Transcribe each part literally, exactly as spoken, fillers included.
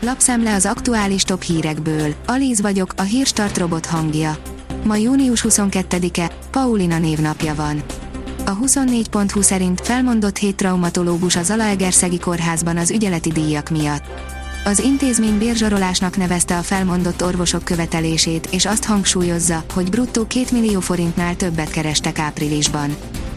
Lapszemle az aktuális top hírekből. Alíz vagyok, a Hírstart robot hangja. Ma június huszonkettedike, Paulina névnapja van. A huszonnégy pont hu szerint felmondott hét traumatológus a Zalaegerszegi kórházban az ügyeleti díjak miatt. Az intézmény bérzsarolásnak nevezte a felmondott orvosok követelését, és azt hangsúlyozza, hogy bruttó két millió forintnál többet kerestek áprilisban.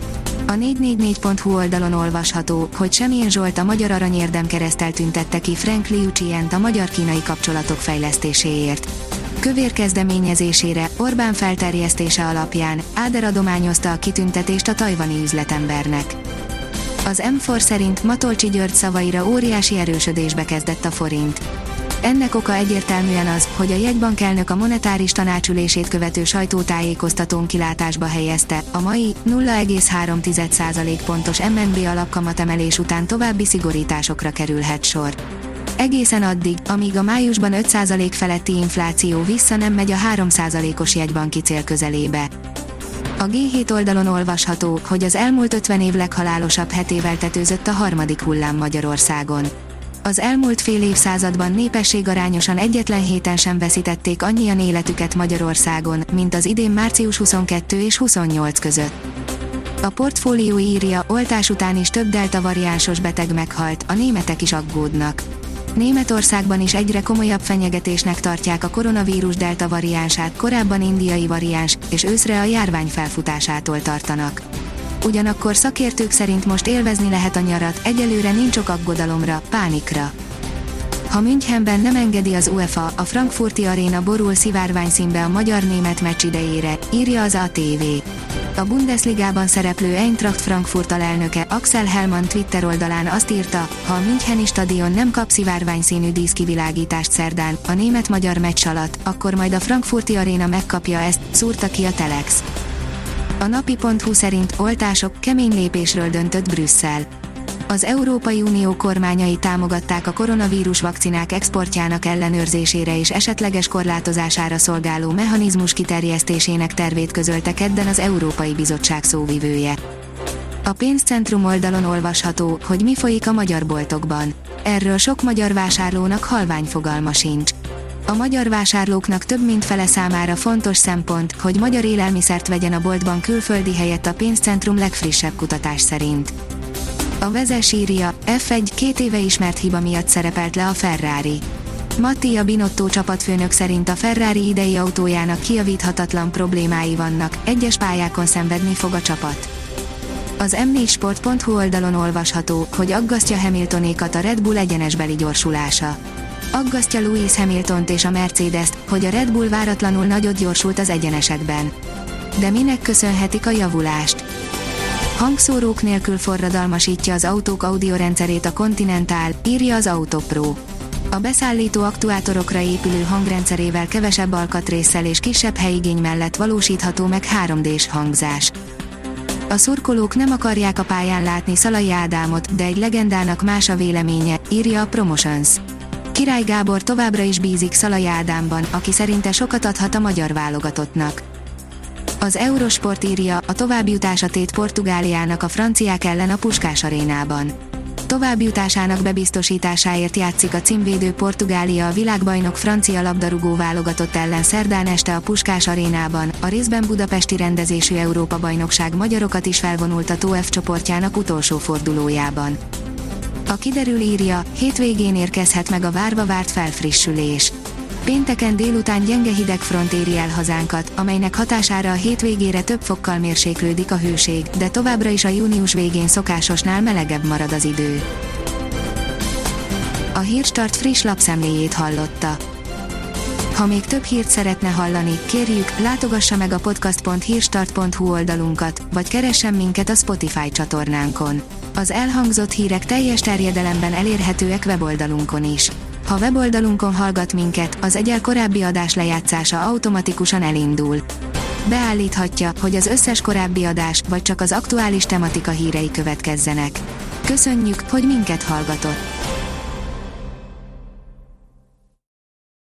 A négy négy négy pont hu oldalon olvasható, hogy Semjén Zsolt a Magyar Aranyérdem kereszttel tüntette ki Frank Liu Chient a magyar-kínai kapcsolatok fejlesztéséért. Kövér kezdeményezésére, Orbán felterjesztése alapján Áder adományozta a kitüntetést a tajvani üzletembernek. Az M négy szerint Matolcsy György szavaira óriási erősödésbe kezdett a forint. Ennek oka egyértelműen az, hogy a jegybank elnök a monetáris tanácsülését követő sajtótájékoztatón kilátásba helyezte, a mai nulla egész három százalék pontos em en bé alapkamatemelés után további szigorításokra kerülhet sor. Egészen addig, amíg a májusban öt százalék feletti infláció vissza nem megy a három százalékos jegybanki cél közelébe. A gé hét oldalon olvasható, hogy az elmúlt ötven év leghalálosabb hetével tetőzött a harmadik hullám Magyarországon. Az elmúlt fél évszázadban népességarányosan egyetlen héten sem veszítették annyian életüket Magyarországon, mint az idén március huszonkettő és huszonnyolc között. A Portfólió írja, oltás után is több delta variánsos beteg meghalt, a németek is aggódnak. Németországban is egyre komolyabb fenyegetésnek tartják a koronavírus delta variánsát, korábban indiai variáns, és őszre a járvány felfutásától tartanak. Ugyanakkor szakértők szerint most élvezni lehet a nyarat, egyelőre nincs ok aggodalomra, pánikra. Ha Münchenben nem engedi az UEFA, a frankfurti aréna borul szivárványszínbe a magyar-német meccs idejére, írja az á té vé. A Bundesligában szereplő Eintracht Frankfurt alelnöke Axel Hellmann Twitter oldalán azt írta, ha a müncheni stadion nem kap szivárványszínű díszkivilágítást szerdán, a német-magyar meccs alatt, akkor majd a frankfurti aréna megkapja ezt, szúrta ki a Telex. A napi pont hu szerint oltások, kemény lépésről döntött Brüsszel. Az Európai Unió kormányai támogatták a koronavírus vakcinák exportjának ellenőrzésére és esetleges korlátozására szolgáló mechanizmus kiterjesztésének tervét közölte kedden az Európai Bizottság szóvivője. A pénzcentrum oldalon olvasható, hogy mi folyik a magyar boltokban. Erről sok magyar vásárlónak halvány fogalma sincs. A magyar vásárlóknak több mint fele számára fontos szempont, hogy magyar élelmiszert vegyen a boltban külföldi helyett a pénzcentrum legfrissebb kutatás szerint. A Vezes írja, ef egy két éve ismert hiba miatt szerepelt le a Ferrari. Mattia Binotto csapatfőnök szerint a Ferrari idei autójának kijavíthatatlan problémái vannak, egyes pályákon szenvedni fog a csapat. Az em négy sport pont hu oldalon olvasható, hogy aggasztja Hamiltonékat a Red Bull egyenesbeli gyorsulása. Aggasztja Lewis Hamiltont és a Mercedest, hogy a Red Bull váratlanul nagyot gyorsult az egyenesekben. De minek köszönhetik a javulást? Hangszórók nélkül forradalmasítja az autók audiorendszerét a Continental, írja az Autopro. A beszállító aktuátorokra épülő hangrendszerével kevesebb alkatrésszel és kisebb helyigény mellett valósítható meg három dés hangzás. A szurkolók nem akarják a pályán látni Szalai Ádámot, de egy legendának más a véleménye, írja a Promotions. Király Gábor továbbra is bízik Szalai Ádámban, aki szerinte sokat adhat a magyar válogatottnak. Az Eurosport írja, a továbbjutása tét Portugáliának a franciák ellen a Puskás arénában. Továbbjutásának bebiztosításáért játszik a címvédő Portugália a világbajnok francia labdarúgó válogatott ellen szerdán este a Puskás arénában, a részben budapesti rendezésű Európa-bajnokság magyarokat is felvonultató F csoportjának utolsó fordulójában. A Kiderül írja, hétvégén érkezhet meg a várva várt felfrissülés. Pénteken délután gyenge hidegfront éri el hazánkat, amelynek hatására a hétvégére több fokkal mérséklődik a hőség, de továbbra is a június végén szokásosnál melegebb marad az idő. A Hírstart friss lapszemléjét hallotta. Ha még több hírt szeretne hallani, kérjük, látogassa meg a podcast pont hírstart pont hu oldalunkat, vagy keressen minket a Spotify csatornánkon. Az elhangzott hírek teljes terjedelemben elérhetőek weboldalunkon is. Ha weboldalunkon hallgat minket, az egyel korábbi adás lejátszása automatikusan elindul. Beállíthatja, hogy az összes korábbi adás, vagy csak az aktuális tematika hírei következzenek. Köszönjük, hogy minket hallgatott!